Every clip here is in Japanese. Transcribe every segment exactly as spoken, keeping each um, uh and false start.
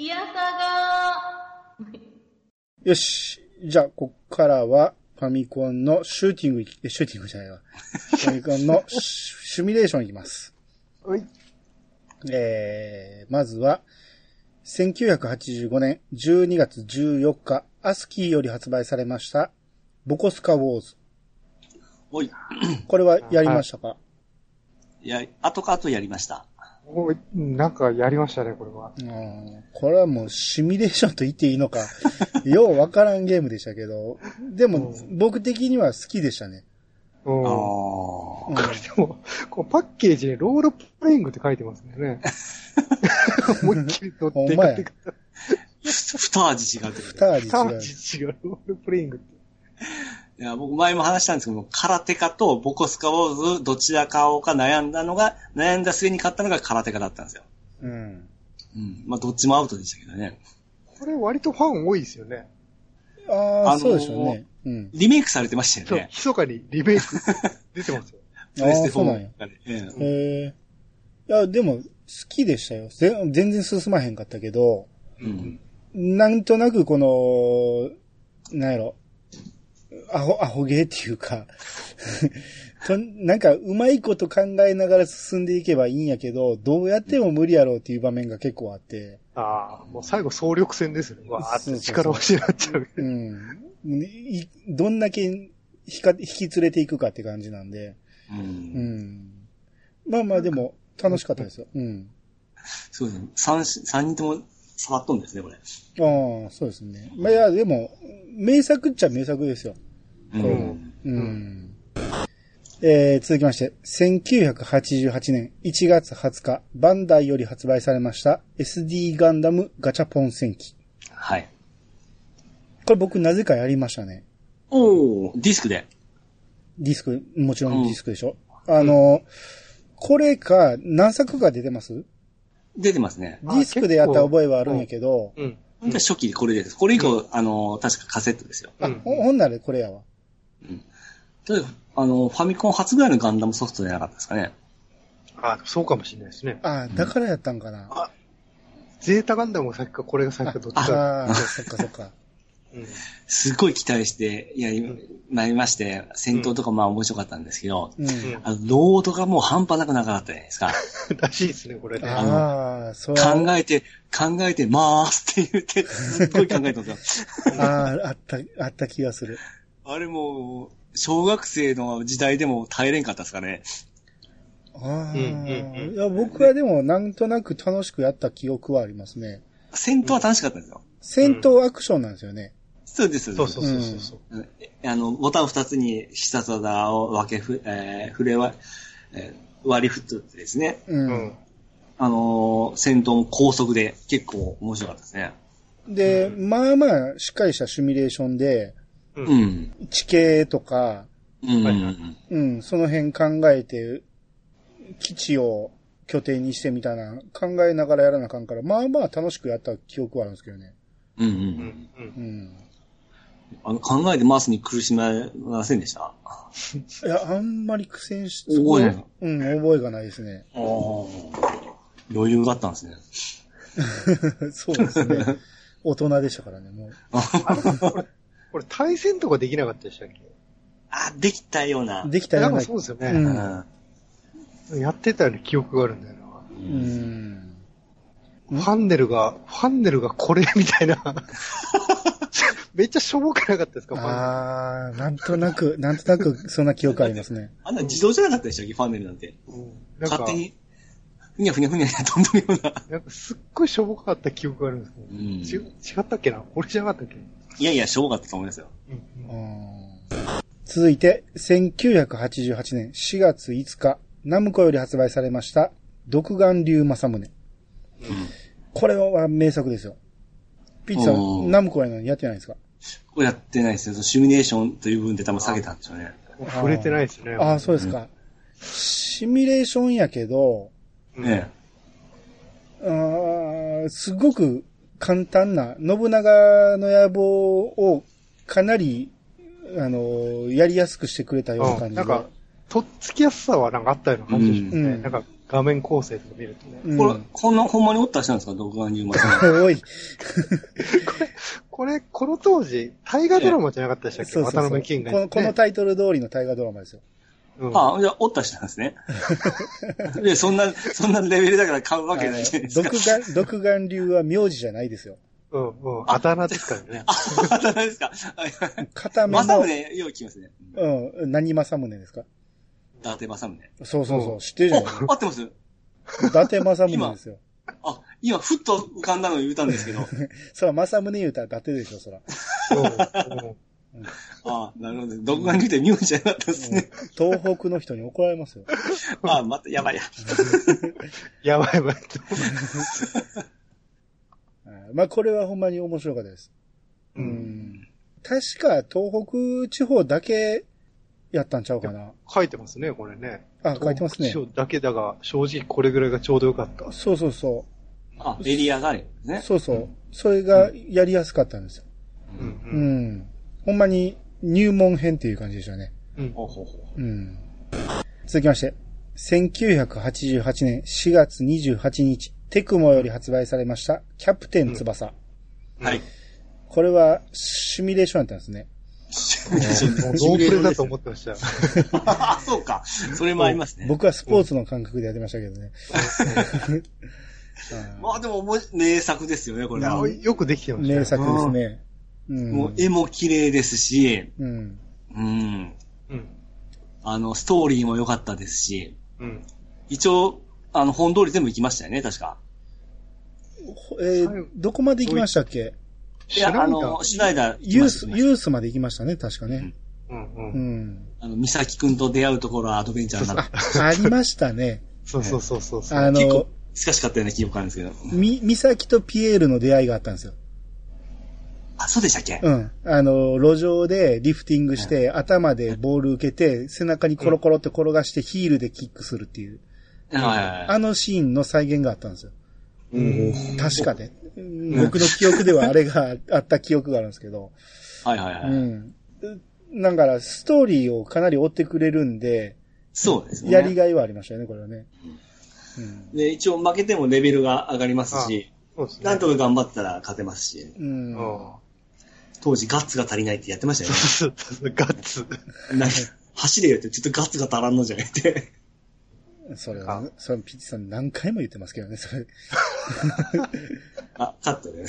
いやさがよし。じゃあ、こっからは、ファミコンのシューティング、シューティングじゃないわ。ファミコンのシミュレーションいきます。 はい。 えー、まずは、せんきゅうひゃくはちじゅうごねんじゅうにがつじゅうよっか、アスキーより発売されました、ボコスカウォーズ。 おい。 これはやりましたか？ いや、後か後やりました。 おい、なんかやりましたね、これは。 うん、これはもうシミュレーションと言っていいのか、ようわからんゲームでしたけど、でも僕的には好きでしたね。 うん。ああ。これでも、こうパッケージにロールプレイングって書いてますね。思いっきり取ってかってか。 二味違うってこと。 二味違う。 二味違う。ロールプレイングって。 いや、僕前も話したんですけど、空手家とボコスカウォーズどちら買おうか悩んだのが、悩んだ末に買ったのが空手家だったんですよ。うん。うん。まあどっちもアウトでしたけどね。 これ割とファン多いですよね。 ああ、あのー、そうでしょうね。 うん。リメイクされてましたよね。 そう、密かにリメイク出てますよ。 プレステフォーなんや。へえ。いや、でも好きでしたよ。全然進まへんかったけど、うん。なんとなくこの、なんやろ。アホ、アホゲーっていうかと、なんかうまいこと考えながら進んでいけばいいんやけど、どうやっても無理やろうっていう場面が結構あって。 ああ、もう最後総力戦ですね。わーって力押しになっちゃう。 うん。どんだけ引か引き連れていくかって感じなんで。うん。うん、まあまあでも楽しかったですよ。うん。 そうですね。三、三人とも触っとんですね、これ。 ああ、そうですね。まあいや、でも、名作っちゃ名作ですよ。これも。うん。うん、えー、続きまして、せんきゅうひゃくはちじゅうはちねんいちがつはつか、バンダイより発売されました エスディー ガンダムガチャポン戦記。 はい。 これ僕なぜかやりましたね。 おー、ディスクで。 ディスク、もちろんディスクでしょ。うん、あの、これか、何作か出てます？ 出てますね。 ディスクでやった覚えはあるんやけど、 うん。うん、初期でこれです。これ以降、うん、あの、確かカセットですよ。 あ、ほ、ほんならこれやわ。 うん。例えば、あの、ファミコン初ぐらいのガンダムソフトじゃなかったですかね。 あ、そうかもしれないですね。 あ、だからやったんかな。うん、 あ、ゼータガンダムが先か、これが先かどっちか。 ああ、そっかそっか。 うん、 すごい期待して、いや、なりまして、戦闘とかまあ面白かったんですけど、うん、あの、ロードがもう半端なくなかったじゃないですか。 らしいですね、これね。 あの、そう考えて、考えて、まーすって言って、すっごい考えたんですよ。 ああ、あった、あった気がする。 あれもう、小学生の時代でも耐えれんかったですかね。 ああ、うんうんうん、いや、僕はでもなんとなく楽しくやった記憶はありますね。 戦闘は楽しかったんですよ。 戦闘アクションなんですよね。 そうです。 そうそうそうそう、うん。 あの、ボタン二つに必殺技を分けふ、えー、振れは、えー、割り振ってですね。うん。あのー、戦闘も高速で結構面白かったですね。 で、うん、まあまあ、しっかりしたシミュレーションで、うん。地形とか、うん。うん、その辺考えて、基地を拠点にしてみたいな考えながらやらなあかんから、まあまあ楽しくやった記憶はあるんですけどね。 うんうんうん。うん。あの、考えて回すに苦しめませんでした？ いや、あんまり苦戦し、覚えない。うん、覚えがないですね。ああ。 余裕があったんですね。 そうですね。大人でしたからね、もう。 これ、これ対戦とかできなかったでしたっけ？ あ、できたような。 できたような。 そうですよね。うんうん、やってたような記憶があるんだよな。うん。ファンネルが、ファンネルがこれみたいな。めっちゃしょぼくなかったですか？ ああ、なんとなく、なんとなく、そんな記憶ありますね。 あんな自動じゃなかったでしたっけ、ファンネルなんて。うん、なんか勝手に、ふにゃふにゃふにゃ飛んでるような。 なんかすっごいしょぼかった記憶があるんですけど、うん、違ったっけな？俺じゃなかったっけ？ いやいや、しょぼかったと思いますよ。 うん、続いて、せんきゅうひゃくはちじゅうはちねんしがついつか、ナムコより発売されました、独眼竜政宗。うん、これは名作ですよ。ピッチさん、ナムコやのにやってないですか？ これやってないですよ。シミュレーションという部分で多分下げたんでしょうね。 触れてないですね。 ああ、そうですか。うん、シミュレーションやけど、 ねえ、あすごく簡単な、信長の野望をかなり、あの、やりやすくしてくれたような感じで。 なんか、とっつきやすさはなんかあったような感じでしょうね。うん、なんか、 画面構成とか見るとね。 うん、 これ、こんな、ほんまにおったりしたんですか、独眼竜馬さん。 おい。 これ、これ、この当時、大河ドラマじゃなかったでしたっけ、 そうそうそう渡辺謙が、ね、 この。このタイトル通りの大河ドラマですよ。 うん、 ああ、じゃあ、おったりしたんですね。で、そんな、そんなレベルだから買うわけないじゃないですか。 独眼、独眼竜は名字じゃないですよ。 うんうん。あだ名ですからね。 あ、あだ名ですか。 片目の。 正宗、よう聞きますね。 うん。何正宗ですか？ 伊達正宗。 そうそうそう。知ってるじゃないですか。 合ってます。 伊達正宗ですよ。 あ、今、ふっと浮かんだのを言うたんですけど。 そら、正宗言うたら伊達でしょ、そら。 うんああ、なるほど。独眼竜って名字じゃなかったですね。 東北の人に怒られますよ。 ああ、また、やばいや。 やばいやばい。 まあ、これはほんまに面白かったです。うん。うん、確か、東北地方だけやったんちゃうかな。 書いてますね、これね。 あ、書いてますね。 東北地方だけだが、正直これぐらいがちょうどよかった。 そうそうそう。 あ、エリアがあるんですね。 そうそう。それがやりやすかったんですよ。 うん。うん。 うんほんまに入門編っていう感じでしたね。 うん。 うん。続きまして、せんきゅうひゃくはちじゅうはちねんしがつにじゅうはちにち、テクモより発売されました、キャプテン翼。 うん、はい。 これは、シミュレーションだったんですね。 ノープレだと思ってました。 あ、そうか。それもありますね。 僕はスポーツの感覚でやってましたけどね。 まあでも、名作ですよね、これは。 よくできてましたね。 名作ですね。うん、 もう絵も綺麗ですし、 うん。 うん。 うん。 あの、ストーリーも良かったですし、 うん。 一応、あの、本通り全部行きましたよね、確か。 えー、どこまで行きましたっけ？ いや、あの、シュナイダーユース、ユースまで行きましたね、確かね。 うん。うん。 うん。 あの、美咲くんと出会うところはアドベンチャーになった。 ありましたね。 そうそうそうそう。 あの、 結構、難しかったような記憶あるんですけど。 み、美咲とピエールの出会いがあったんですよ。 あ、そうでしたっけ？ うん。あの、路上でリフティングして、頭でボール受けて、背中にコロコロって転がしてヒールでキックするっていう。 はいはいはい。 あのシーンの再現があったんですよ。 うん。 確かで。僕の記憶ではあれがあった記憶があるんですけど。 はいはいはい。 うん。だから、ストーリーをかなり追ってくれるんで、 そうですね。 やりがいはありましたよね、これはね。 うん、で、一応負けてもレベルが上がりますし、 そうですね、 なんとか頑張ったら勝てますし。 うん。 当時ガッツが足りないってやってましたよね。 そうそうガッツ。 なんか走れよってちょっとガッツが足らんのじゃないって。 それは、それピッチさん何回も言ってますけどね、それ。 あ、カットで、ね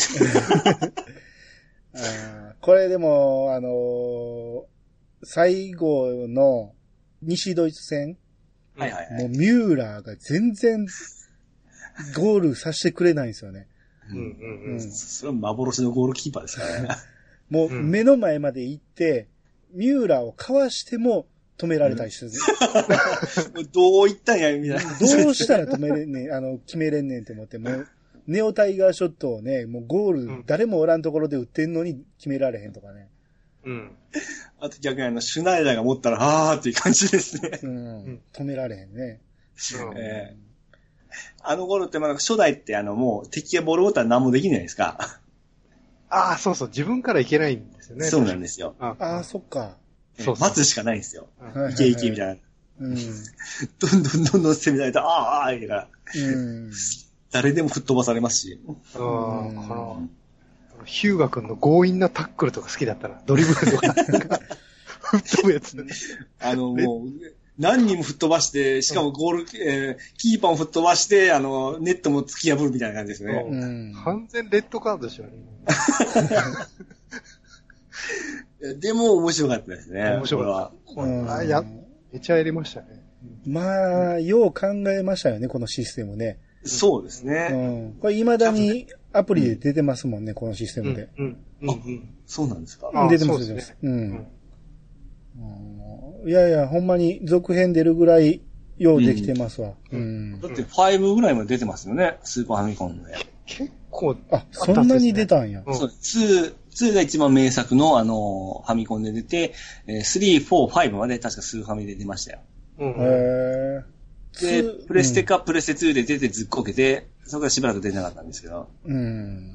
あ。これでも、あのー、最後の西ドイツ戦。 はいはいはい。 もうミューラーが全然ゴールさせてくれないんですよね。 うんうんうん。 それは幻のゴールキーパーですからね。 もう目の前まで行って、ミューラーをかわしても止められたりする。 うん、どういったんや、みたいな。 どうしたら止めれんねん、あの、決めれんねんって思って、もう、ネオタイガーショットをね、もうゴール、うん、誰もおらんところで打ってんのに決められへんとかね。 うん。 あと逆にあの、シュナイダーが持ったら、あーっていう感じですね。 うん。止められへんね。 うん、えーあの頃ってまだ初代ってあのもう敵がボールを打ったら何もできないですか。 ああ、そうそう。自分からいけないんですよね。 そうなんですよ。 ああ、そっか。 そう待つしかないんですよ。いけいけみたいな。 うん。 どんどんどんどん攻められたら、ああ、ああ、いいから。うん。誰でも吹っ飛ばされますし。 ああ、この、ヒューガ君の強引なタックルとか好きだったら、ドリブルとか、吹っ飛ぶやつ。 あの、もう、何人も吹っ飛ばして、しかもゴール、えー、キーパーも吹っ飛ばして、あの、ネットも突き破るみたいな感じですね。 うん、完全レッドカードでしょ、ね。 でも面白かったですね。 面白かった。これは、や、めちゃやりましたね。 まあ、よう考えましたよね、このシステムね。 そうですね。 うん。これ未だにアプリで出てますもんね、このシステムで。 うん。うん。 あ、そうなんですか。 出てます、出てます。うん。いやいや、ほんまに続編出るぐらいようできてますわ。うん。 だってごぐらいまで出てますよね、スーパーファミコンで。 結構。 あ、そんなに出たんや。 そう、に、にが一番名作のあの、ファミコンで出て、さん、よん、ごまで確かスーファミで出ましたよ。 うん。へで、プレステかプレステにで出てずっこけて、それからしばらく出なかったんですけど。 うん。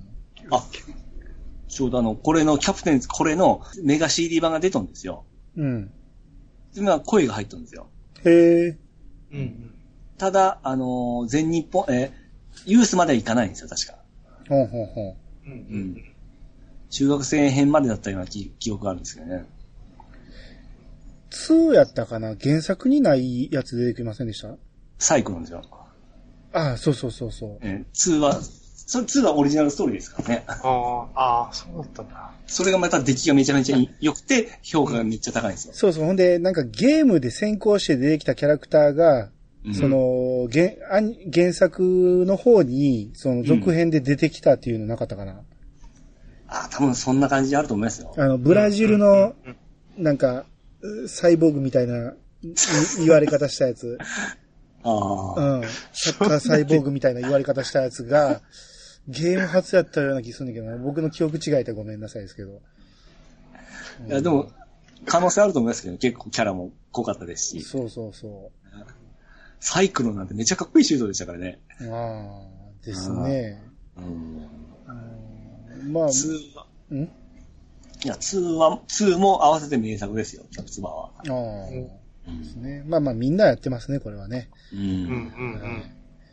あ、ちょうどあの、これのキャプテン、これのメガ シーディー 版が出たんですよ。 うん。 で、まあ声が入ったんですよ。 へえ。 うん。 ただ、あのー、全日本、えー、ユースまでは行かないんですよ、確か。 ほうほうほう。 うんうん。中学生編までだったような記記憶があるんですけどね。 にやったかな？原作にないやつ出てきませんでした？ サイクロンですよ。 ああ、そうそうそうそう。 えー、には、それにはオリジナルストーリーですからね。 ああ、ああ、そうだったんだ。 それがまた出来がめちゃめちゃ良くて、評価がめっちゃ高いんですよ。 そうそう。ほんで、なんかゲームで先行して出てきたキャラクターが、うん、その、原、原作の方に、その続編で出てきたっていうのなかったかな？うん、 ああ、多分そんな感じであると思いますよ。 あの、ブラジルの、なんか、サイボーグみたいな言われ方したやつ。 ああ。 うん。サッカーサイボーグみたいな言われ方したやつが、ゲーム初やったような気するんだけど、僕の記憶違いでごめんなさいですけど。 うん、いや、でも、可能性あると思いますけど、結構キャラも濃かったですし。 そうそうそう。 サイクロンなんてめちゃかっこいいシュートでしたからね。 ああ、ですね。 うん。 うん、まあ、には、んいや、には、にも合わせて名作ですよ、キャプツバーは。ああ、うん、ですね。まあまあみんなやってますね、これはね。 うん。うんうんうん。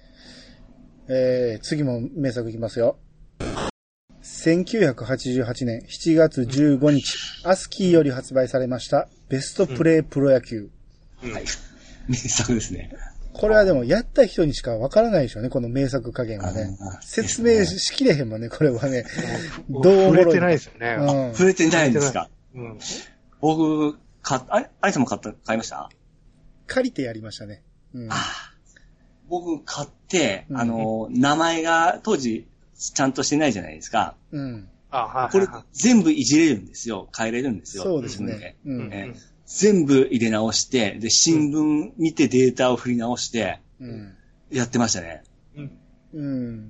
えー、次も名作いきますよ。せんきゅうひゃくはちじゅうはちねんしちがつじゅうごにち、アスキーより発売されました、ベストプレイプロ野球。 うん、はい。名作ですね。 これはでも、やった人にしかわからないでしょうね、この名作加減はね。説明しきれへんもんね、これはね。 どう触れてないですよね。 うん、触れてないんですか。うん、僕、買っ、あれあいつも買った、買いました？ 借りてやりましたね。うん、 僕、買って、あの、うん、名前が当時、ちゃんとしてないじゃないですか。 うん。 あ、 これ、全部いじれるんですよ。変えれるんですよ。 そうですね。うん、 えー全部入れ直して、で、新聞見てデータを振り直して、うん、やってましたね。 うん。うん。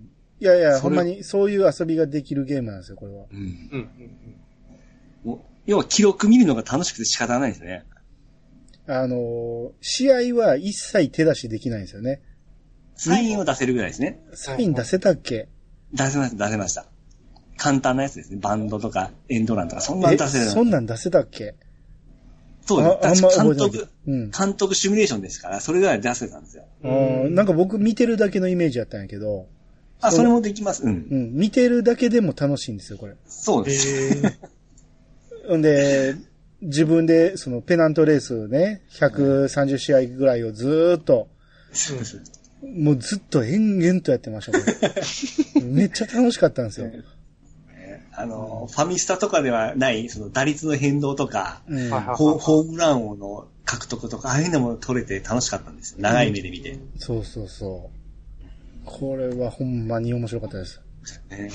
いやいや、ほんまにそういう遊びができるゲームなんですよ、これは。うん。うん。 うん、要は記録見るのが楽しくて仕方ないですね。 あの、試合は一切手出しできないんですよね。 サインを出せるぐらいですね。 サイン出せたっけ？ 出せました、出せました。簡単なやつですね。バンドとかエンドランとか、そんなん出せる。 そんなん出せたっけ？ そうです。監督、うん、監督シミュレーションですから、それぐらい出せたんですよ。 あなんか僕見てるだけのイメージやったんやけど。 あ、それもできます。うん。 うん。見てるだけでも楽しいんですよ、これ。 そうです。 んで、自分で、そのペナントレースね、ひゃくさんじゅうしあいぐらいをずーっと、うん、もうずっと延々とやってました、これ。めっちゃ楽しかったんですよ。 あの、ファミスタとかではない、その打率の変動とか、うん、ホ, ホームラン王の獲得とか、ああいうのも取れて楽しかったんですよ。長い目で見て。うん、 そうそうそう。これはほんまに面白かったです。ね、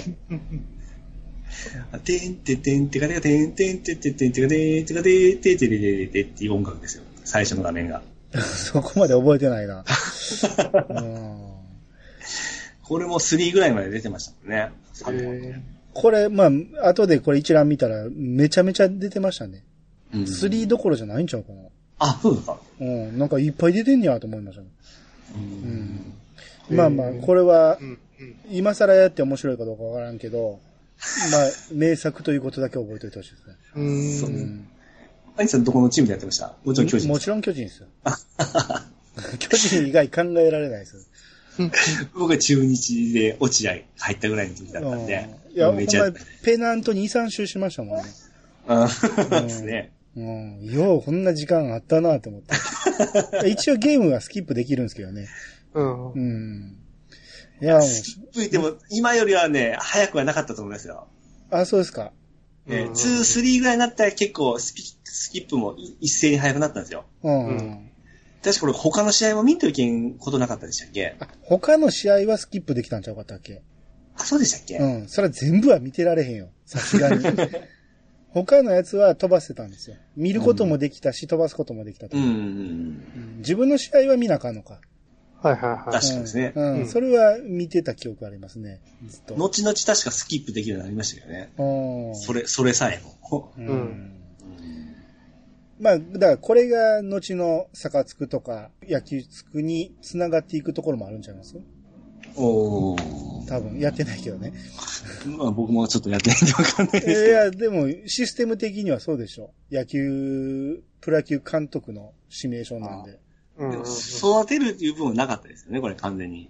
てんててんてかてかてんてんてててんてかてんてかてんててててっていう音楽ですよ。最初の画面が。 そこまで覚えてないな。うん、 これもスリーぐらいまで出てましたもんね。 これ、まあ、後でこれ一覧見たら、めちゃめちゃ出てましたね。うん、スリーどころじゃないんちゃうかな。 あ、そうですか。 うん、なんかいっぱい出てんねやと思いましたね。うんうん、まあまあ、これは、今更やって面白いかどうかわからんけど、まあ、名作ということだけ覚えておいてほしいですね。 うん。そう。アニさんどこのチームでやってました？もちろん巨人です。 もちろん巨人ですよ。巨人以外考えられないですよ。 僕は中日で落合入ったぐらいの時だったんで。 いや、ほんまペナントに、さん周しましたもんね。 ああ、ですね。 うん。よう、こんな時間あったなと思って。一応ゲームはスキップできるんですけどね。うん。うん。 いや、スキップでも、今よりはね、早くはなかったと思いますよ。 あ、そうですか。 ね、に、さんぐらいになったら結構スピ、スキップも一斉に早くなったんですよ。うん。うん、確かこれ他の試合も見んといけんことなかったでしたっけ？ 他の試合はスキップできたんちゃうかったっけ？ あ、そうでしたっけ？ うん。それは全部は見てられへんよ。さすがに。他のやつは飛ばせたんですよ。見ることもできたし、うん、飛ばすこともできたと、うんうんうん。自分の試合は見なあかんのか。 はいはいはい。 確かにですね、 うん。うん。それは見てた記憶ありますね。ずっと。 後々確かスキップできるようになりましたけどね。うん。それ、それさえも。うん。うん、 まあ、だからこれが後のサカツクとか野球ツクに繋がっていくところもあるんちゃいます？ おー。 多分、やってないけどね。 まあ僕もちょっとやってないんでわかんないですけど。 いや、でも、システム的にはそうでしょ。野球、プロ野球監督の指名書なんで。 うん、育てるっていう部分はなかったですよね、これ完全に。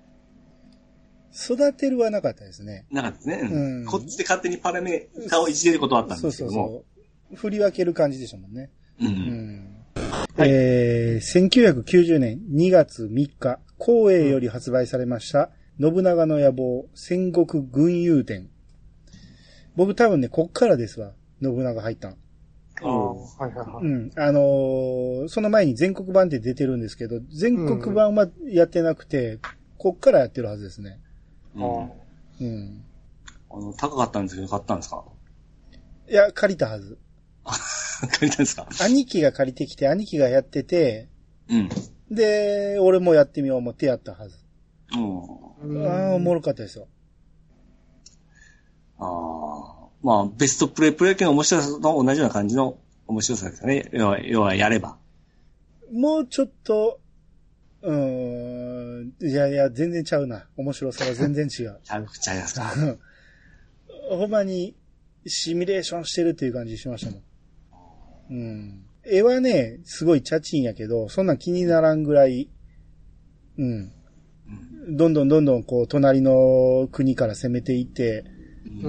育てるはなかったですね。 なかったですね。うん、こっちで勝手にパラメータをいじれることはあったんですけども。そうそうそう。振り分ける感じでしたもんね。うん。うん、はい、えー、せんきゅうひゃくきゅうじゅうねんにがつみっか、光栄より発売されました、うん、信長の野望、戦国群雄伝。僕多分ね、こっからですわ。信長入ったん。 ああ、はいはいはい。 うん。あのー、その前に全国版って出てるんですけど、全国版はやってなくて、こっからやってるはずですね。 うん。うん。あの、高かったんですけど、買ったんですか？ いや、借りたはず。 借りたんですか？ 兄貴が借りてきて、兄貴がやってて、うん。で、俺もやってみよう思ってやったはず。うん。ああ、おもろかったですよ。 ああ。まあ、ベストプレイプレイ系の面白さと同じような感じの面白さですかね。要は、要はやれば。 もうちょっと、うーん、いやいや、全然ちゃうな。面白さは全然違う。 ちゃう、ちゃいますか。 ほんまに、シミュレーションしてるっていう感じしましたもん。うん。絵はね、すごいチャチンやけど、そんなん気にならんぐらい、うん。うん、どんどんどんどんこう、隣の国から攻めていって、うん、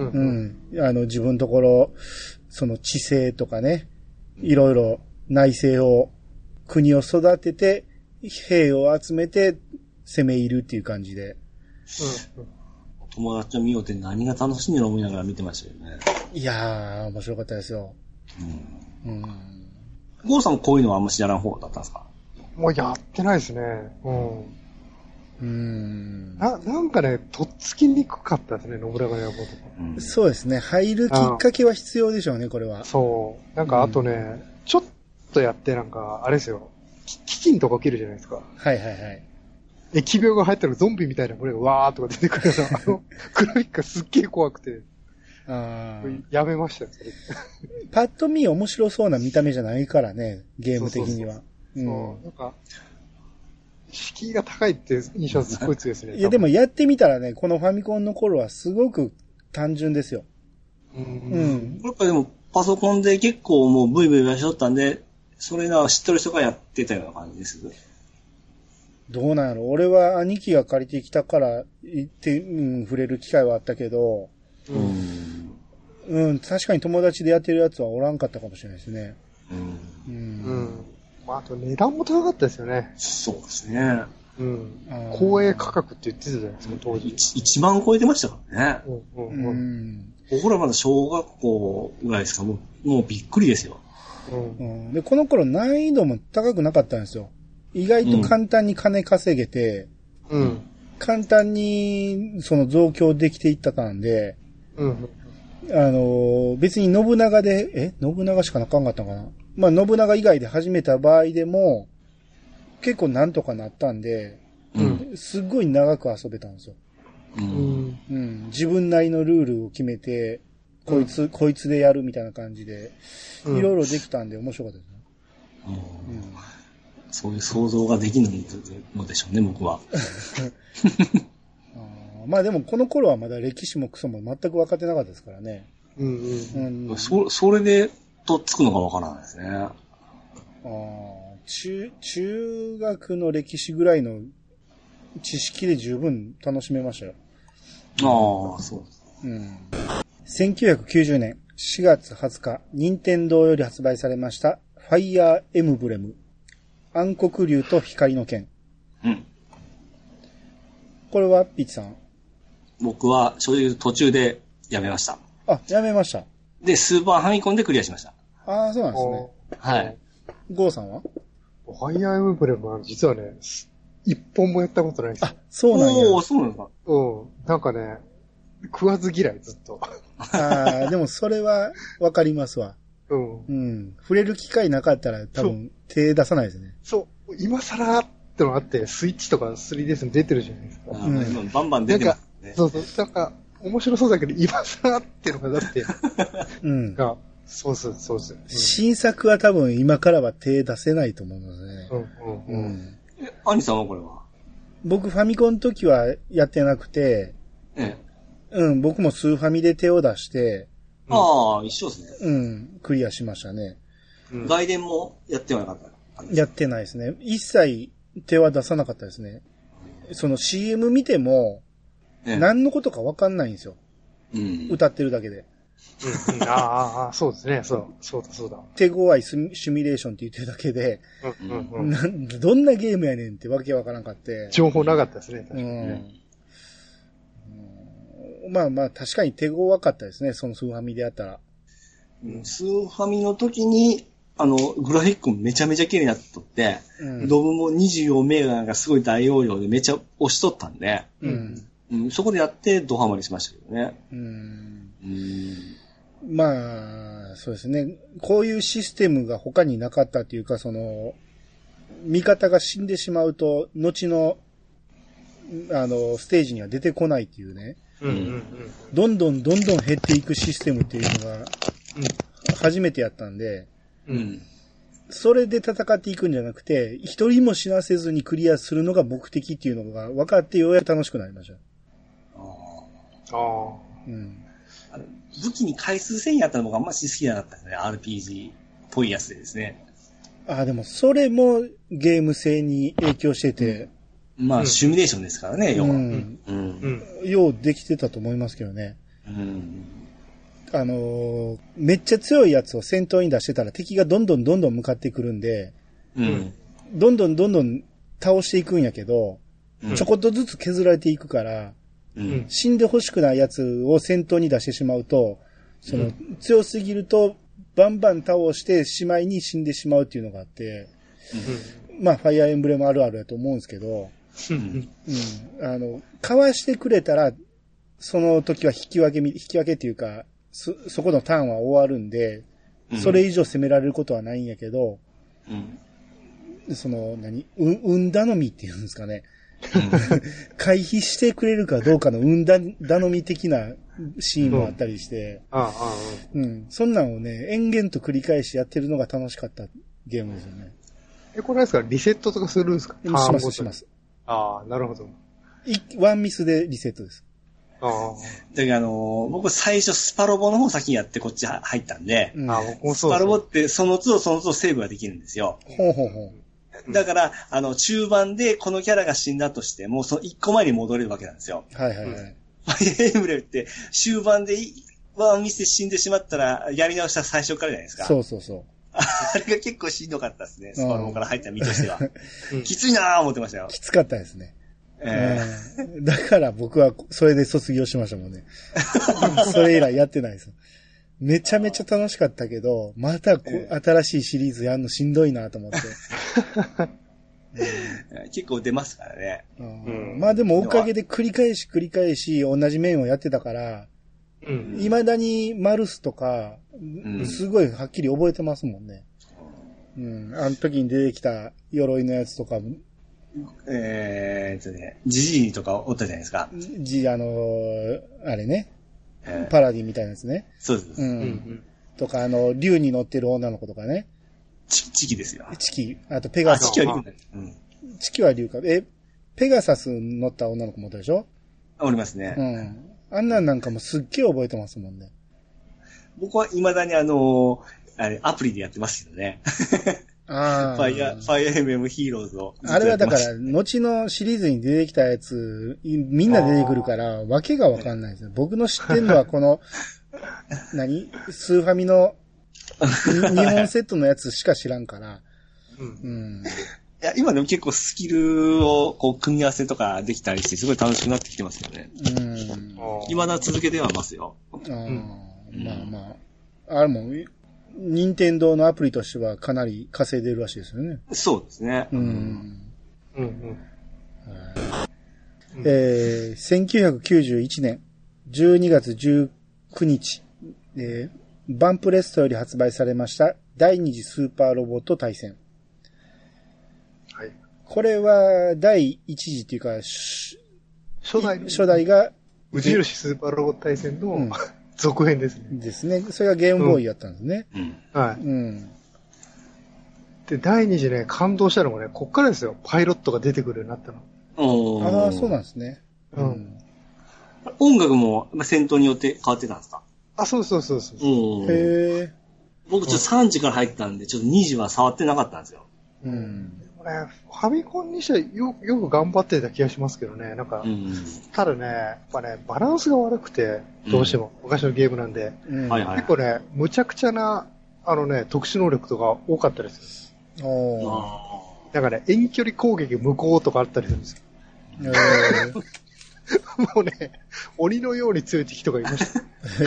うん。あの、自分のところ、その知性とかね、いろいろ内政を、国を育てて、兵を集めて攻め入るっていう感じで。 うん。友達を見ようって何が楽しいんだろう思いながら見てましたよね。 いやー、面白かったですよ。うん。うん。 ゴーさんもこういうのはあんましやらん方だったんですか？ もうやってないですね。うん。 うーん。 な、なんかね、とっつきにくかったですね、信長の野望とか、 うん。そうですね。入るきっかけは必要でしょうね、これは。 そう。なんかあとね、うん、ちょっとやってなんか、あれですよ。基金とか起きるじゃないですか。 はいはいはい。 疫病が入ったらゾンビみたいなこれがわーっとか出てくるような、あの、グラフィックがすっげー怖くて。あやめましたよ、それ。 パッと見面白そうな見た目じゃないからね、ゲーム的には。そうそうそう。 うん、なんか、敷居が高いって印象すごい強いですね。 いやでもやってみたらね、このファミコンの頃はすごく単純ですよ。 うん。うん。これやっぱでもパソコンで結構もうブイブイやしとったんで、それな知ってる人がやってたような感じです。 どうなんやろ。俺は兄貴が借りてきたから行って、うん、触れる機会はあったけど、うん、うん、確かに友達でやってるやつはおらんかったかもしれないですね。 うん。うん。うん、まあ、あと値段も高かったですよね。 そうですね。 うん。公営価格って言ってたじゃないですか、当時。 いちまん超えてましたからね。 うん。うん。うん、 僕らまだ小学校ぐらいですか、もう、もうびっくりですよ。 うん。で、この頃難易度も高くなかったんですよ。意外と簡単に金稼げて、うん。簡単に、その増強できていったたんで、うん。あの、別に信長で、え信長しかなかんかったのかな、まあ、信長以外で始めた場合でも、結構なんとかなったんで、うん。すっごい長く遊べたんですよ。うん。うん。自分なりのルールを決めて、こいつ、うん、こいつでやるみたいな感じで、いろいろできたんで面白かったですね。うん。うん、 そういう想像ができないのでしょうね、僕は。 あまあでもこの頃はまだ歴史もクソも全く分かってなかったですからね。 うんうんうん、そ, それでとっつくのが分からないですね。あ中、中学の歴史ぐらいの知識で十分楽しめましたよ。 ああ、そうです。 うん。せんきゅうひゃくきゅうじゅうねんしがつはつか、任天堂より発売されました、ファイヤーエムブレム。暗黒竜と光の剣。うん。これは、ピッチさん。 僕は、正直途中でやめました。 あ、やめました。 で、スーパーファミコンでクリアしました。 ああ、そうなんですね。 はい。 ゴーさんはファイヤーエムブレムは実はね、一本もやったことないです。 あ、そうなんや。 おー、そうなんですか。 うん。なんかね、食わず嫌い、ずっと。 ああ、でもそれはわかりますわ。うん。うん。触れる機会なかったら多分手出さないですね。 そう。今更ってのがあって、スイッチとか スリーディーエス に出てるじゃないですか。 うん、バンバン出てますね。 そうそう。なんか、面白そうだけど、今更ってのがだって。うん。がそうそう、そうです、うん。 新作は多分今からは手出せないと思うのでね。 うんうんうん。 え、兄さんはこれは僕ファミコンの時はやってなくて、ええ。うん、僕もスーファミで手を出して、 ああ、一緒ですね。 うん、クリアしましたね。 うん、外伝もやってはなかったやってないですね。一切手は出さなかったですね。その シーエム 見ても、何のことかわかんないんですよ。うん、歌ってるだけで。 うんうん、ああ、そうですね。そう、そうだ、そうだ。 手強いシミュレーションって言ってるだけで、うんうんうん、どんなゲームやねんってわけわからんかって。 情報なかったですね。確かにね、 うん、まあまあ、確かに手強かったですね。そのスーファミでやったら。 うん、スーファミの時に、あの、グラフィックもめちゃめちゃ綺麗になっとって、うん、ドブもにじゅうよんメガがすごい大容量でめちゃ押しとったんで、うんうん、そこでやってドハマりしましたけどね。うんうんまあ、そうですね。こういうシステムが他になかったっていうか、その、味方が死んでしまうと、後の、あの、ステージには出てこないっていうね。うんうんうん、どんどんどんどん減っていくシステムっていうのが、初めてやったんで、うん、それで戦っていくんじゃなくて、一人も死なせずにクリアするのが目的っていうのが分かってようやく楽しくなりました。ああ。うん。武器に回数制限やったの僕あんまり好きじゃなかったですね。アールピージー っぽいやつでですね。 ああ、でもそれもゲーム性に影響してて。 うん、まあ、うん、シミュレーションですからね、要は。うん。 うん。ようできてたと思いますけどね。うん。あのー、めっちゃ強いやつを先頭に出してたら敵がどんどんどんどん向かってくるんで、うん。どんどんどんどん倒していくんやけど、うん、ちょこっとずつ削られていくから、うん、死んで欲しくないやつを先頭に出してしまうと、その、うん、強すぎるとバンバン倒してしまいに死んでしまうっていうのがあって、うん、まあファイアーエンブレムあるあるやと思うんですけど、うん、うん、あの、かわしてくれたら、その時は引き分け、引き分けっていうか、そ、そこのターンは終わるんで、それ以上攻められることはないんやけど、うん、その、何、う、運頼みっていうんですかね。回避してくれるかどうかの運頼み的なシーンもあったりして、うん、ああうん、そんなんをね、延々と繰り返しやってるのが楽しかったゲームですよね。 え、これですかリセットとかするんですか？ します、します。 ああ、なるほど。 い、ワンミスでリセットです。 ああ。だからあのー、僕最初スパロボの方先にやってこっち入ったんで、うん、あ僕もそうスパロボってその都度その都度セーブができるんですよ。ほうほうほう。だから、あの、中盤でこのキャラが死んだとして、もうその一個前に戻れるわけなんですよ。はいはいはい。ファイアーエンブレムって、終盤でワンミスで死んでしまったら、やり直したら最初からじゃないですか。 そうそうそう。 あれが結構しんどかったですね。スパロボから入った身としては。きついなぁ思ってましたよ。 きつかったですね。えー、だから僕はそれで卒業しましたもんね。それ以来やってないです。めちゃめちゃ楽しかったけど、またこう、えー、新しいシリーズやるのしんどいなと思って。 うん、結構出ますからね、 うん。まあでもおかげで繰り返し繰り返し同じ面をやってたから、うん、未だにマルスとか、うん、すごいはっきり覚えてますもんね。うん。あの時に出てきた鎧のやつとかも。 えーっとね、ジジイとかおったじゃないですか。 ジ、あのー、あれね。パラディみたいなやつね。 そうです。うん。うん、 とか、あの、竜に乗ってる女の子とかね。 チ、チキですよ。 チキ。あと、ペガサス。 チキは竜だね。うん。 チキは竜か。え、ペガサス乗った女の子もおったでしょ？ おりますね。 うん。あんなんなんかもすっげえ覚えてますもんね。 僕は未だにあの、あれ、アプリでやってますけどね。ああ。ファイア、ファイアエムエムヒーローズを。 あれはだから、後のシリーズに出てきたやつ、みんな出てくるから、わけがわかんないですよ。僕の知ってんのはこの、何スーファミのにほんセットのやつしか知らんから。うん。うん、 いや、今でも結構スキルをこう組み合わせとかできたりして、すごい楽しくなってきてますよね。うん。未だ続けてはますよ。ああ、うん、 まあまあ。あれも、任天堂のアプリとしてはかなり稼いでるらしいですよね。 そうですね。うん。うんうん。 えー、せんきゅうひゃくきゅうじゅういちねんじゅうにがつじゅうくにち、えー、バンプレストより発売されました第二次スーパーロボット対戦。はい。これは第一次っていうか、初代初代が無印スーパーロボット対戦の、うん続編ですね。 ですね。それがゲームボーイやったんですね。うん。はい。うん。 で、第二次ね、感動したのもね、こっからですよ。パイロットが出てくるようになったの。 ああ、そうなんですね。うん。うん、 音楽も戦闘によって変わってたんですか？ あ、そうそうそうそう。 へえ。 僕ちょっとさんじから入ったんで、ちょっとにじは触ってなかったんですよ。 うん。 ね、ファミコンにしてはよよく頑張ってた気がしますけどね。なんか、うん、ただね、やっぱね、バランスが悪くて、どうしても、うん、昔のゲームなんで、うん、結構ね、むちゃくちゃな、あのね、特殊能力とか多かったりする。おー。だからね、遠距離攻撃無効とかあったりするんですよ。えー、もうね、鬼のように強い敵とかいました。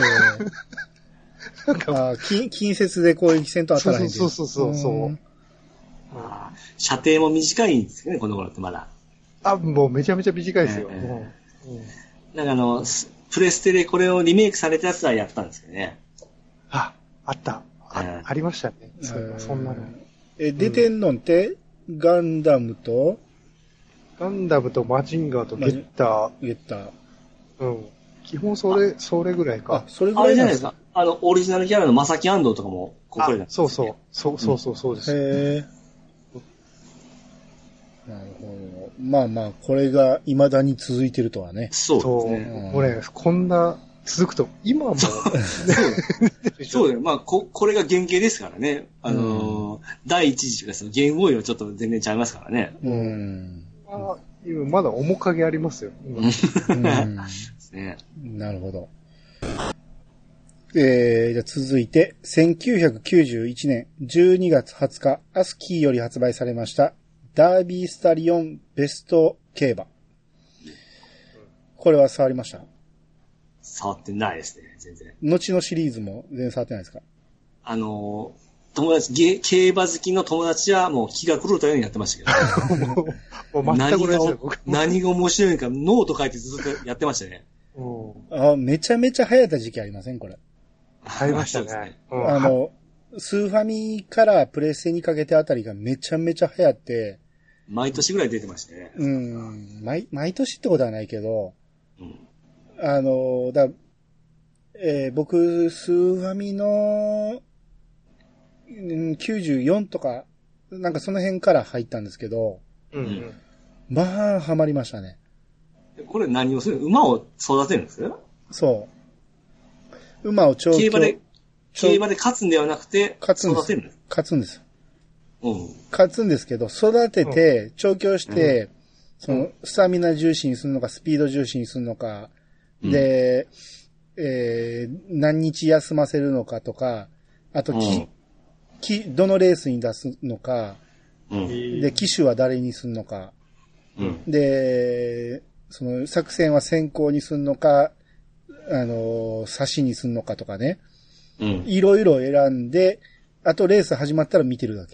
なんかあ近、近接で攻撃戦と当たらへんで。 そうそうそうそう。 あ射程も短いんですよね、この頃ってまだ。 あ、もうめちゃめちゃ短いですよ。えーうんうん、なんかあの、プレステでこれをリメイクされたやつはやったんですけどね。 あ、あった。あ、えー、ありましたね。そういえばそんなの。 え、出てんのって、うん、ガンダムとガンダムとマジンガーとゲッター。 ゲッター。 うん。基本それ、それぐらいか。 あ、それぐらいじゃないですか。あの、オリジナルキャラのマサキアンドとかも、ここで、 ね、そうそう。そうそうそう、そうです。 へー。なるほど。まあまあ、これが未だに続いてるとはね。 そうですね。 もうね、こんな続くと、今も。 そうだよ。まあこ、これが原型ですからね。あのーうん、第一次とかそのゲームボーイはちょっと全然ちゃいますからね。うん。 あ今まだ面影ありますよ。今うんね、なるほど。えー、じゃあ続いて、せんきゅうひゃくきゅうじゅういちねんじゅうにがつはつか、アスキーより発売されました、ダービースタリオンベスト競馬。これは触りました？ 触ってないですね、全然。 後のシリーズも全然触ってないですか？ あのー、友達、ゲ競馬好きの友達はもう気が狂ったようにやってましたけど、ね。 もう全く同じです。 何が面白いのかノート書いてずっとやってましたね。 あ、めちゃめちゃ流行った時期ありませんこれ。 流行りましたね。 あの、スーファミからプレステにかけてあたりがめちゃめちゃ流行って、 毎年ぐらい出てましたね。 うん。毎、毎年ってことはないけど、うん、あの、だ、えー、僕、スーファミの、きゅうじゅうよんとか、なんかその辺から入ったんですけど、うん、まあ、ハマりましたね。 これ何をする？馬を育てるんですか？ そう。馬を調教。 競馬で、競馬で勝つんではなくて、勝つんです。育てるんです。 勝つんです。 うん。 勝つんですけど、育てて、調教して、うん、その、スタミナ重視にするのか、スピード重視にするのか、うん、で、えー、何日休ませるのかとか、あと、うん、き、どのレースに出すのか、うん、で、騎手は誰にするのか、うん、で、その作戦は先行にするのか、あの、差しにするのかとかね、うん、いろいろ選んで、あとレース始まったら見てるだけ。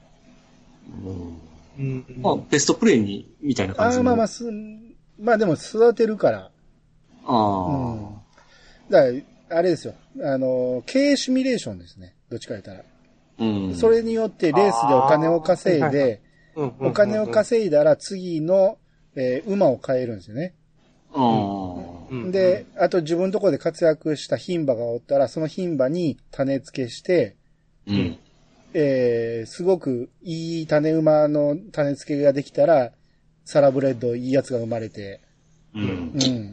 うん。まあ、ベストプレイに、みたいな感じ。 ああ、まあまあ、す、まあでも育てるから。ああ。うん。だから、あれですよ。あの、経営シミュレーションですね。どっちか言ったら。うん。それによってレースでお金を稼いで、お金を稼いだら次の、えー、馬を変えるんですよね。うん、で、あと自分のところで活躍した牝馬がおったら、その牝馬に種付けして、うん、えー、すごくいい種馬の種付けができたら、サラブレッドいいやつが生まれて、うんうん、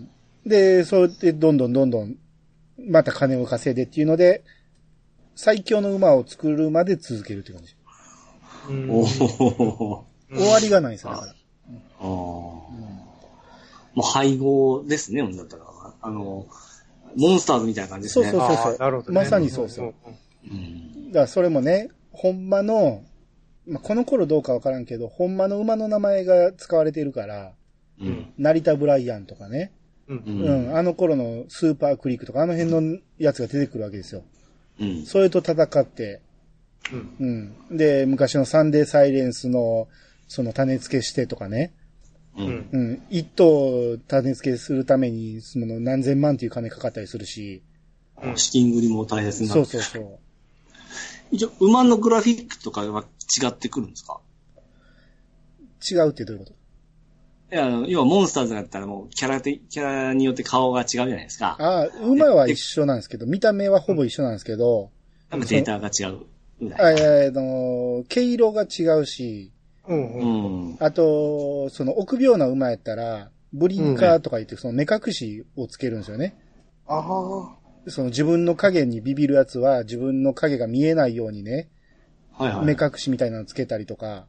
で、そうやってどんどんどんどん、また金を稼いでっていうので、最強の馬を作るまで続けるって感じ。うん、お終わりがないんですよ、だから。ああ、うん、 もう配合ですね、だったら。あの、モンスターズみたいな感じですね。 そうそうそう。なるほどね、まさにそうそう。うん、だからそれもね、ほんまの、まあ、この頃どうかわからんけど、ほんまの馬の名前が使われてるから、うん、成田ブライアンとかね、うんうん、あの頃のスーパークリックとか、あの辺のやつが出てくるわけですよ。うん、それと戦って、うんうん、で、昔のサンデーサイレンスの、その種付けしてとかね、うんうん、一頭種付けするために、その何千万っていう金かかったりするし、 うん、資金繰りも大切になる。そうそうそう。 一応、馬のグラフィックとかは違ってくるんですか？ 違うってどういうこと？ いや、要はモンスターズだったらもうキャラで、キャラによって顔が違うじゃないですか。 ああ、馬は一緒なんですけど、見た目はほぼ一緒なんですけど、 なんかデータが違う。 ああの、毛色が違うし、うんうん、あと、その臆病な馬やったら、ブリンカーとか言って、その目隠しをつけるんですよね。ああ。その自分の影にビビるやつは自分の影が見えないようにね、はいはい、目隠しみたいなのつけたりとか、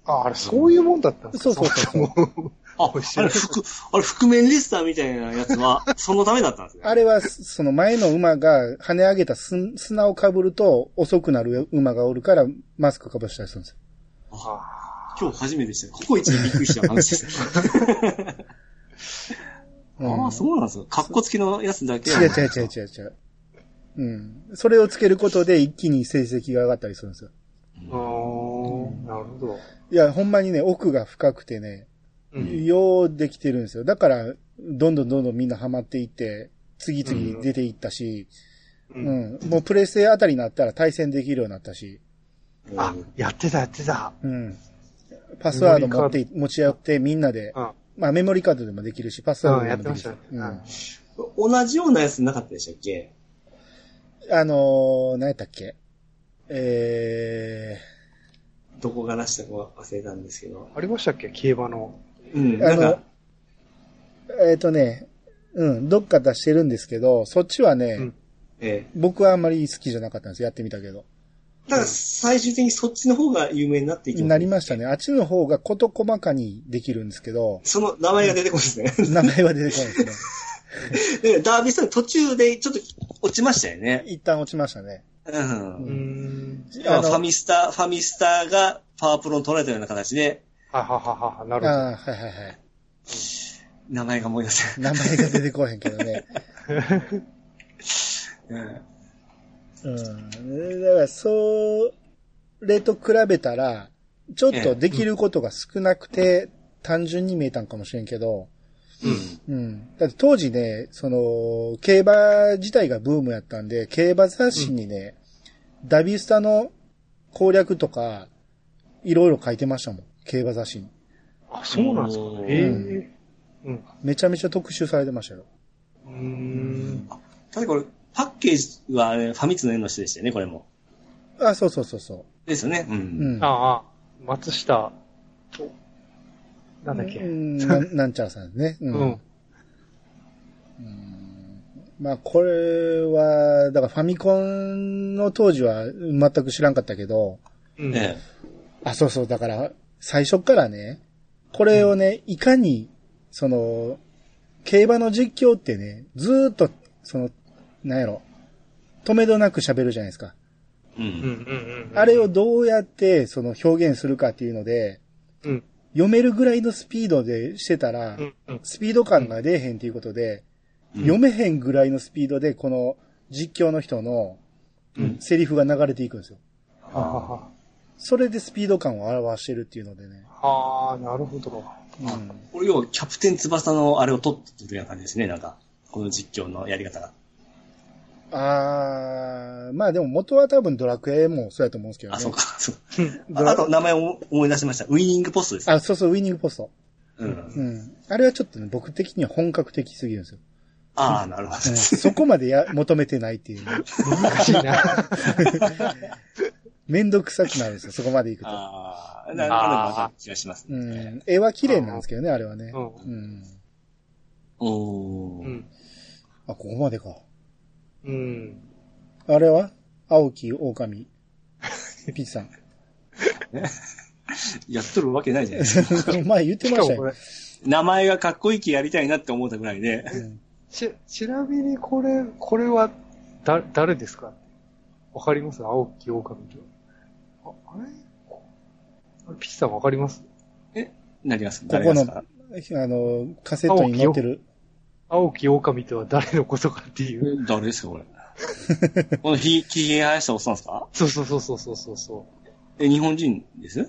あ、あれ、そういうもんだったんですか？ そうそうそうそう。 あ、あれ、覆、あれ、覆面リスターみたいなやつは、そのためだったんですね。 あれは、その前の馬が跳ね上げた砂を被ると遅くなる馬がおるから、マスク被したりするんですよ。 ああ、今日初めてした。ここ一にびっくりした話ですね。ああ、そうなんですか。カッコ付きのやつだけ違う違う違う違う違う。うん。それをつけることで一気に成績が上がったりするんですよ。 ああ、なるほど。 いや、ほんまにね、奥が深くてね、うん、ようできてるんですよ。だから、どんどんどんどんみんなハマっていって、次々出ていったし、うん。うん、もうプレステあたりになったら対戦できるようになったし。 あ、やってたやってた。 うん。パスワード持って、持ち合ってみんなで、うん、まあメモリーカードでもできるし、パスワードでもできるし。うん、やってましたね。 うん。同じようなやつなかったでしたっけ？ あのー、何やったっけ？えー。どこが出したか忘れたんですけど。 ありましたっけ？競馬の。 うん、なんか。 えっ、ー、とね、うん、どっか出してるんですけど、そっちはね、うんええ、僕はあんまり好きじゃなかったんです。やってみたけど。 だから最終的にそっちの方が有名になっていきますね。 なりましたね。あっちの方が事細かにできるんですけど。 その名前が出てこないですね。 名前は出てこないですね。ダービーさん途中でちょっと落ちましたよね。 一旦落ちましたね。 うん。うんファミスタ、ファミスタがパワープロに取られたような形で。 はははは、なるほど。 あはいはいはい。 名前が思い出せない。名前が出てこへんけどね。うん。うん。だから、それと比べたら、ちょっとできることが少なくて、単純に見えたんかもしれんけど、うん。うん。だって当時ね、その、競馬自体がブームやったんで、競馬雑誌にね、うん、ダビスタの攻略とか、いろいろ書いてましたもん。競馬雑誌に。 あ、そうなんですか。へえ、 うん。めちゃめちゃ特集されてましたよ。 うーん。 ただこれ、パッケージは、ね、ファミ通の絵の人でしたよね、これも。 あ、そうそうそうそう。 ですよね。うん。 うん、 ああ、松下と、なんだっけ。 うん、な, なんちゃらさんですね。うん。うん、まあ、これは、だからファミコンの当時は全く知らんかったけど、 うん、ええ、 あ、そうそう、だから、最初からね、これをね、いかに、その、競馬の実況ってね、ずーっと、その、なんやろ、止めどなく喋るじゃないですか。 うん。 あれをどうやって、その表現するかっていうので、 うん、 読めるぐらいのスピードでしてたら、 うんうん、 スピード感が出えへんっていうことで、うん、読めへんぐらいのスピードで、この実況の人の、セリフが流れていくんですよ。 うん、ははそれでスピード感を表してるっていうのでね。 はあ、なるほど。 うん。 これ要はキャプテン翼のあれを取ってるような感じですね、なんか。この実況のやり方が。 あー、まあでも元は多分ドラクエもそうやと思うんですけどね。 あ、そうか。そうあと名前を思い出しました。ウィニングポストです、 ね。あ、そうそう、ウィニングポスト。 うん。うん。 あれはちょっとね、僕的には本格的すぎるんですよ。 ああ、なるほど、うん。 そこまでや、求めてないっていう、ね。 難しいな。 めんどくさくなるんですよ、そこまで行くと。 ああ、なるほど、わかる気がしますね。 うん。絵は綺麗なんですけどね、あれはね。 うん。 うん。 おー。うん。 あ、ここまでか。 うん。 あれは青木狼。ピッチさん。 やっとるわけないじゃないですか。 前言ってましたよ。 名前がかっこいい気やりたいなって思ったぐらいで。うん、 ち、ちなみにこれ、これは、だ、誰ですか？わかります？青木狼と。あ、あれあれピッチさんわかります？ えなります。 ここの、あの、カセットに載ってる。 青木狼とは誰のことかっていう。 誰ですか、これ。このひ、ひげ生やしたおっさんですか？ そうそうそうそうそうそう。 え、日本人です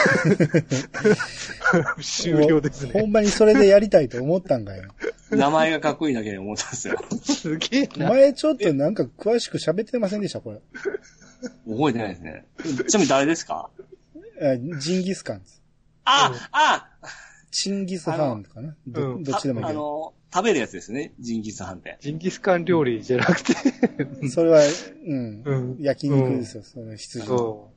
終了ですね。 ほんまにそれでやりたいと思ったんかよ。 名前がかっこいいだけで思ったんですよ。 すげえな。 前ちょっとなんか詳しく喋ってませんでしたこれ。 覚えてないですね。ちなみに誰ですか？ ジンギスカンです。 あ、うん、あチンギスハンかな、ど、うん、どっちでもいいけど。 あの、食べるやつですね、ジンギスハンって。 ジンギスカン料理じゃなくて。 それは、うん。うん、焼肉ですよ、うん、その羊。 そう。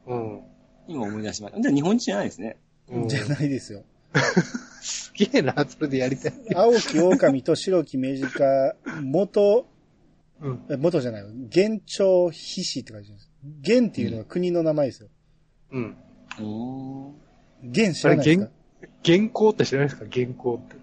うん。 今思い出しました。じゃあ日本人じゃないですね。 うん、じゃないですよ。 すげえな、それでやりたい。 青木狼と白木目近、元、 うん、 元じゃないよ。元朝皮氏って書いてあるんです。元っていうのは国の名前ですよ。 うん。 おー。 原知らないですか？ 原稿って知らないですか？原稿って。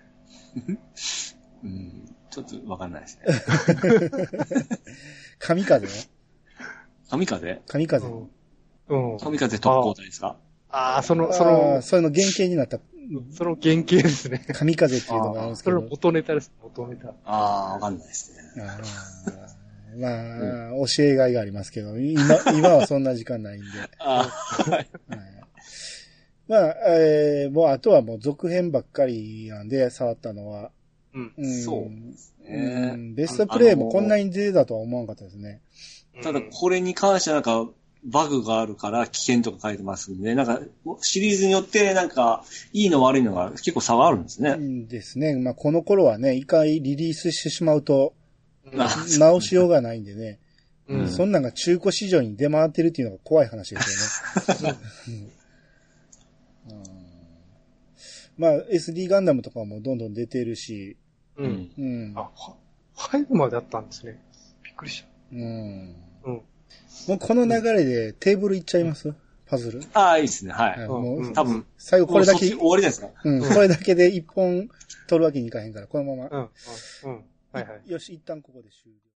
うん、ちょっとわかんないですね。 神風神風神風。 うん。 神風特攻隊ですか？ ああ、その、その、 それの原型になった。 その原型ですね。 神風っていうのがあるんですけど。 それの元ネタです。元ネタ。 ああ、わかんないですね。 あまあ、うん、教えがいがありますけど、今、今はそんな時間ないんで。 あはい、 まあ、えー、もうあとはもう続編ばっかりなんで、触ったのは。 うん。 うん、 そうですね、 うん。ベストプレイもこんなに出てたとは思わなかったですね。 ただ、これに関してはなんか、バグがあるから危険とか書いてますんで、なんか、シリーズによってなんか、いいの悪いのが結構差があるんですね。 うんですね。まあ、この頃はね、一回リリースしてしまうと、直しようがないんでね。うん、そんなんが中古市場に出回ってるっていうのが怖い話ですよね。うん、まあ、エスディー ガンダムとかもどんどん出てるし。 うん。うん。あ、ファイブまであったんですね。びっくりした。 うん。うん。もうこの流れでテーブルいっちゃいます？パズル？ ああ、いいですね。はい。 もう、 うん、多分。 最後これだけ。 終わりですか？ うん。これだけで一本取るわけにいかへんから、このまま。 うん。うん。はいはい。 よし、一旦ここで終了。